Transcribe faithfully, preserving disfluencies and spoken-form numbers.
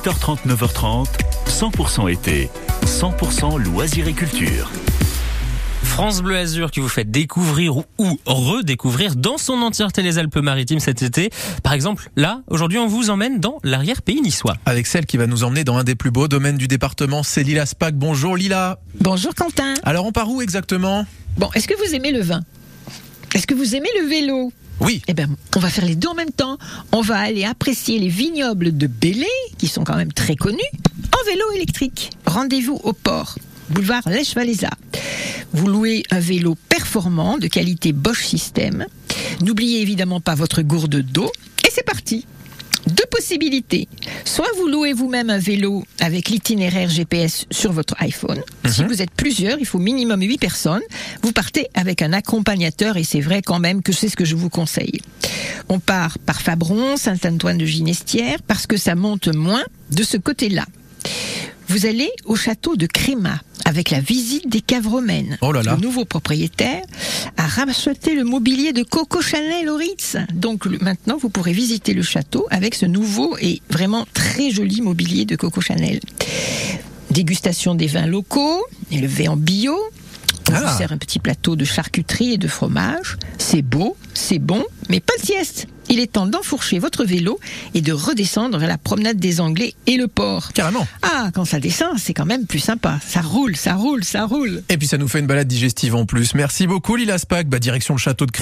huit heures trente, neuf heures trente, cent pour cent été, cent pour cent loisirs et culture. France Bleu Azur qui vous fait découvrir ou, ou redécouvrir dans son entièreté les Alpes-Maritimes cet été. Par exemple, là, aujourd'hui, on vous emmène dans l'arrière-pays niçois. Avec celle qui va nous emmener dans un des plus beaux domaines du département, c'est Lila Spaak. Bonjour Lila. Bonjour Quentin. Alors on part où exactement ? Bon, est-ce que vous aimez le vin ? Est-ce que vous aimez le vélo ? Oui. Eh bien, on va faire les deux en même temps. On va aller apprécier les vignobles de Belley, qui sont quand même très connus, en vélo électrique. Rendez-vous au port, boulevard Lèche-Valéza. Vous louez un vélo performant de qualité Bosch System. N'oubliez évidemment pas votre gourde d'eau. Et c'est parti. Deux possibilités. Soit vous louez vous-même un vélo avec l'itinéraire G P S sur votre iPhone. Mm-hmm. Si vous êtes plusieurs, il faut minimum huit personnes. Vous partez avec un accompagnateur et c'est vrai quand même que c'est ce que je vous conseille. On part par Fabron, Saint-Antoine de Ginestière parce que ça monte moins de ce côté-là. Vous allez au château de Crémat avec la visite des caves romaines. Oh là là. Le nouveau propriétaire a racheté le mobilier de Coco Chanel au Ritz. Donc le, maintenant, vous pourrez visiter le château avec ce nouveau et vraiment très joli mobilier de Coco Chanel. Dégustation des vins locaux, élevés en bio. On Ah. vous sert un petit plateau de charcuterie et de fromage. C'est beau, c'est bon, mais pas de sieste. Il est temps d'enfourcher votre vélo et de redescendre vers la promenade des Anglais et le port. Carrément. Ah, quand ça descend, c'est quand même plus sympa. Ça roule, ça roule, ça roule. Et puis ça nous fait une balade digestive en plus. Merci beaucoup Lila Spaak. Bah, direction le château de Crémat.